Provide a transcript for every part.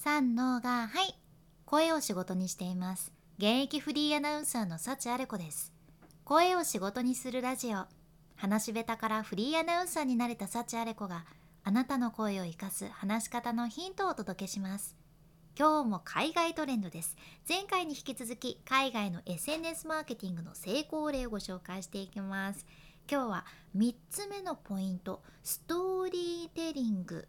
三のがはい、声を仕事にしています。現役フリーアナウンサーの幸あれ子です。声を仕事にするラジオ。話し下手からフリーアナウンサーになれた幸あれ子があなたの声を生かす話し方のヒントをお届けします。今日も海外トレンドです。前回に引き続き海外の SNS マーケティングの成功例をご紹介していきます。今日は3つ目のポイント、ストーリーテリング。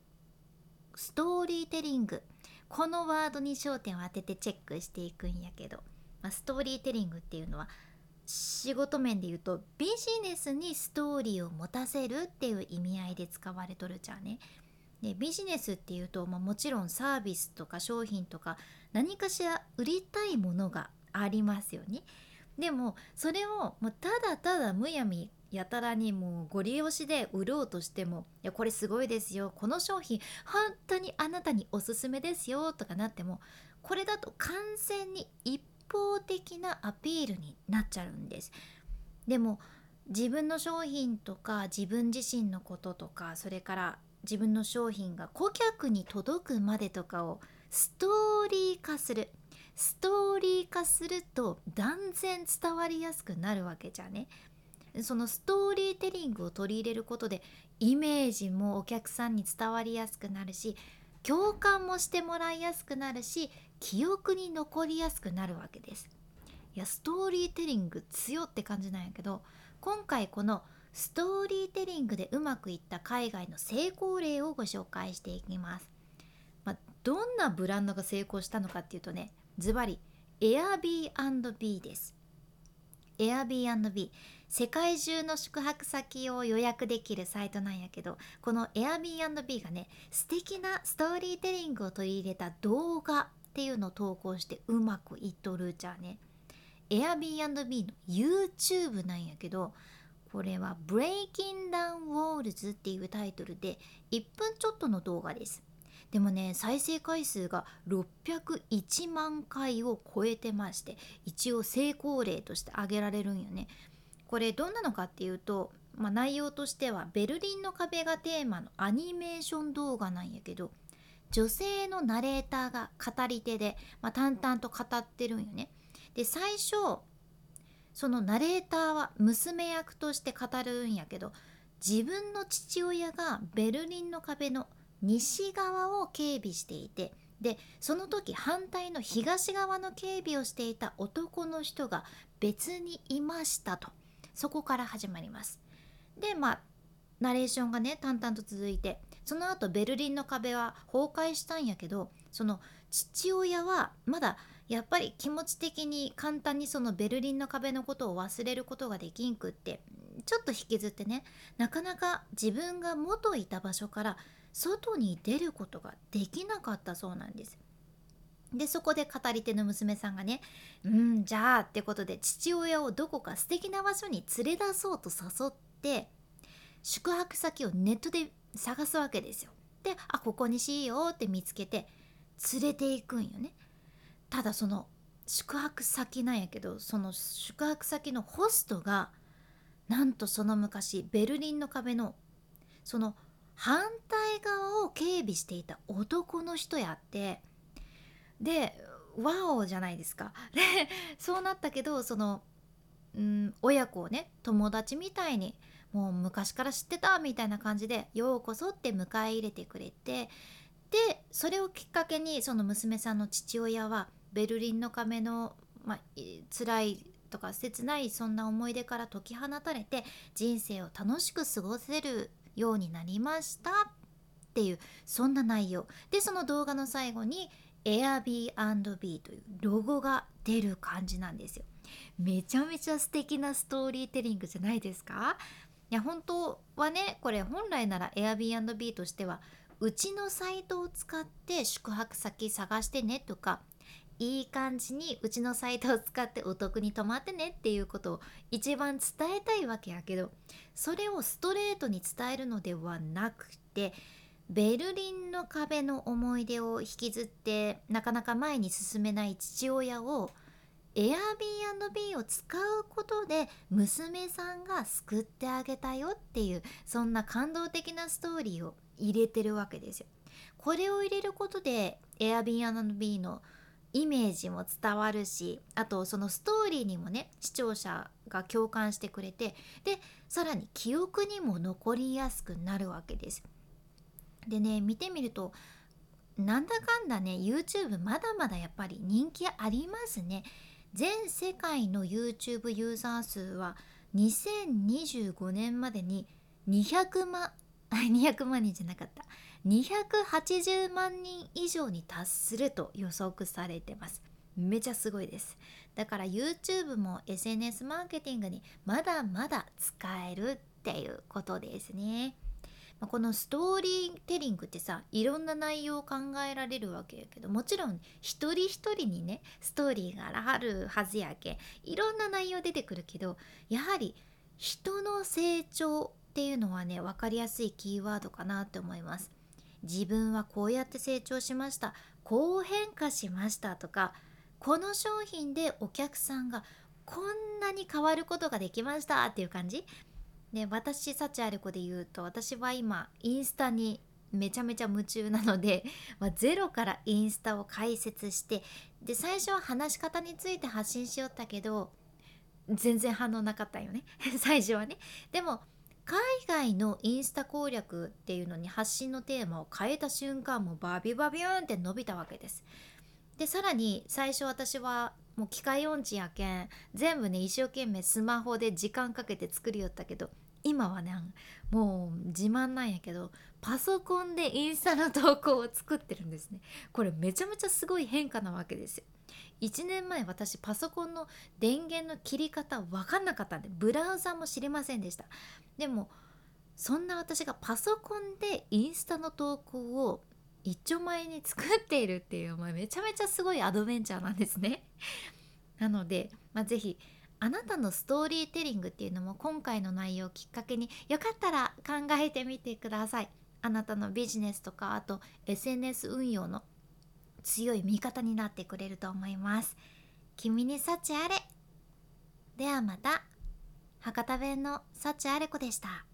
このワードに焦点を当ててチェックしていくんやけど、ストーリーテリングっていうのは仕事面で言うとビジネスにストーリーを持たせるっていう意味合いで使われとるじゃんね。でビジネスっていうと、もちろんサービスとか商品とか何かしら売りたいものがありますよね。でもそれをもうただただむやみやたらにもうご利用しで売ろうとしても、いやこれすごいですよ、この商品本当にあなたにおすすめですよとかなっても、これだと完全に一方的なアピールになっちゃうんです。でも自分の商品とか自分自身のこととか、それから自分の商品が顧客に届くまでとかをストーリー化する。ストーリー化すると断然伝わりやすくなるわけじゃね。そのストーリーテリングを取り入れることでイメージもお客さんに伝わりやすくなるし、共感もしてもらいやすくなるし、記憶に残りやすくなるわけです。いやストーリーテリング強って感じなんやけど、今回このストーリーテリングでうまくいった海外の成功例をご紹介していきます。どんなブランドが成功したのかっていうとね、ズバリ Airbnb です。Airbnb、 世界中の宿泊先を予約できるサイトなんやけど、この Airbnb がね、素敵なストーリーテリングを取り入れた動画っていうのを投稿してうまくいっとるじゃね。 Airbnb の YouTube なんやけど、これは Breaking Down Walls っていうタイトルで1分ちょっとの動画です。でもね、再生回数が601万回を超えてまして、一応成功例として挙げられるんよね。これどんなのかっていうと、内容としてはベルリンの壁がテーマのアニメーション動画なんやけど、女性のナレーターが語り手で、淡々と語ってるんよね。で最初そのナレーターは娘役として語るんやけど、自分の父親がベルリンの壁の西側を警備していて、でその時反対の東側の警備をしていた男の人が別にいましたと。そこから始まります。でナレーションがね淡々と続いて、その後ベルリンの壁は崩壊したんやけど、その父親はまだやっぱり気持ち的に簡単にそのベルリンの壁のことを忘れることができんくって、ちょっと引きずってね、なかなか自分が元いた場所から外に出ることができなかったそうなんです。でそこで語り手の娘さんがね、じゃあってことで父親をどこか素敵な場所に連れ出そうと誘って、宿泊先をネットで探すわけですよ。でここにしようって見つけて連れていくんよね。ただその宿泊先なんやけど、その宿泊先のホストがなんとその昔ベルリンの壁のその反対側を警備していた男の人やって、でワオじゃないですか。でそうなったけど、その親子をね友達みたいにもう昔から知ってたみたいな感じでようこそって迎え入れてくれて、でそれをきっかけにその娘さんの父親はベルリンの壁の、辛いとか切ないそんな思い出から解き放たれて人生を楽しく過ごせるようになりましたっていう、そんな内容で、その動画の最後に Airbnb というロゴが出る感じなんですよ。めちゃめちゃ素敵なストーリーテリングじゃないですか。いや本当はね、これ本来なら Airbnb としてはうちのサイトを使って宿泊先探してねとか、いい感じにうちのサイトを使ってお得に泊まってねっていうことを一番伝えたいわけやけど、それをストレートに伝えるのではなくて、ベルリンの壁の思い出を引きずってなかなか前に進めない父親を Airbnb を使うことで娘さんが救ってあげたよっていう、そんな感動的なストーリーを入れてるわけですよ。これを入れることで Airbnb のイメージも伝わるし、あとそのストーリーにもね視聴者が共感してくれて、でさらに記憶にも残りやすくなるわけです。でね、見てみるとなんだかんだね YouTube まだまだやっぱり人気ありますね。全世界の YouTube ユーザー数は2025年までに200万200万人じゃなかった、280万人以上に達すると予測されてます。めちゃすごいです。だから YouTube も SNS マーケティングにまだまだ使えるっていうことですね。このストーリーテリングってさ、いろんな内容を考えられるわけやけど、もちろん一人一人にねストーリーがあるはずやけ、いろんな内容出てくるけど、やはり人の成長っていうのはね分かりやすいキーワードかなって思います。自分はこうやって成長しました、こう変化しましたとか、この商品でお客さんがこんなに変わることができましたっていう感じで、私幸あれ子で言うと、私は今インスタにめちゃめちゃ夢中なので、ゼロからインスタを開設して、で最初は話し方について発信しよったけど全然反応なかったよね最初はね。でも海外のインスタ攻略っていうのに発信のテーマを変えた瞬間、もうバビバビューンって伸びたわけです。でさらに最初私はもう機械音痴やけん全部ね一生懸命スマホで時間かけて作りよったけど、今はねもう自慢なんやけどパソコンでインスタの投稿を作ってるんですね。これめちゃめちゃすごい変化なわけですよ。1年前私パソコンの電源の切り方分かんなかったんで、ブラウザも知りませんでした。でもそんな私がパソコンでインスタの投稿を一丁前に作っているっていう、めちゃめちゃすごいアドベンチャーなんですね。なので、ぜひあなたのストーリーテリングっていうのも今回の内容をきっかけによかったら考えてみてください。あなたのビジネスとか、あと SNS 運用の強い味方になってくれると思います。君に幸あれ。ではまた。博多弁の幸あれ子でした。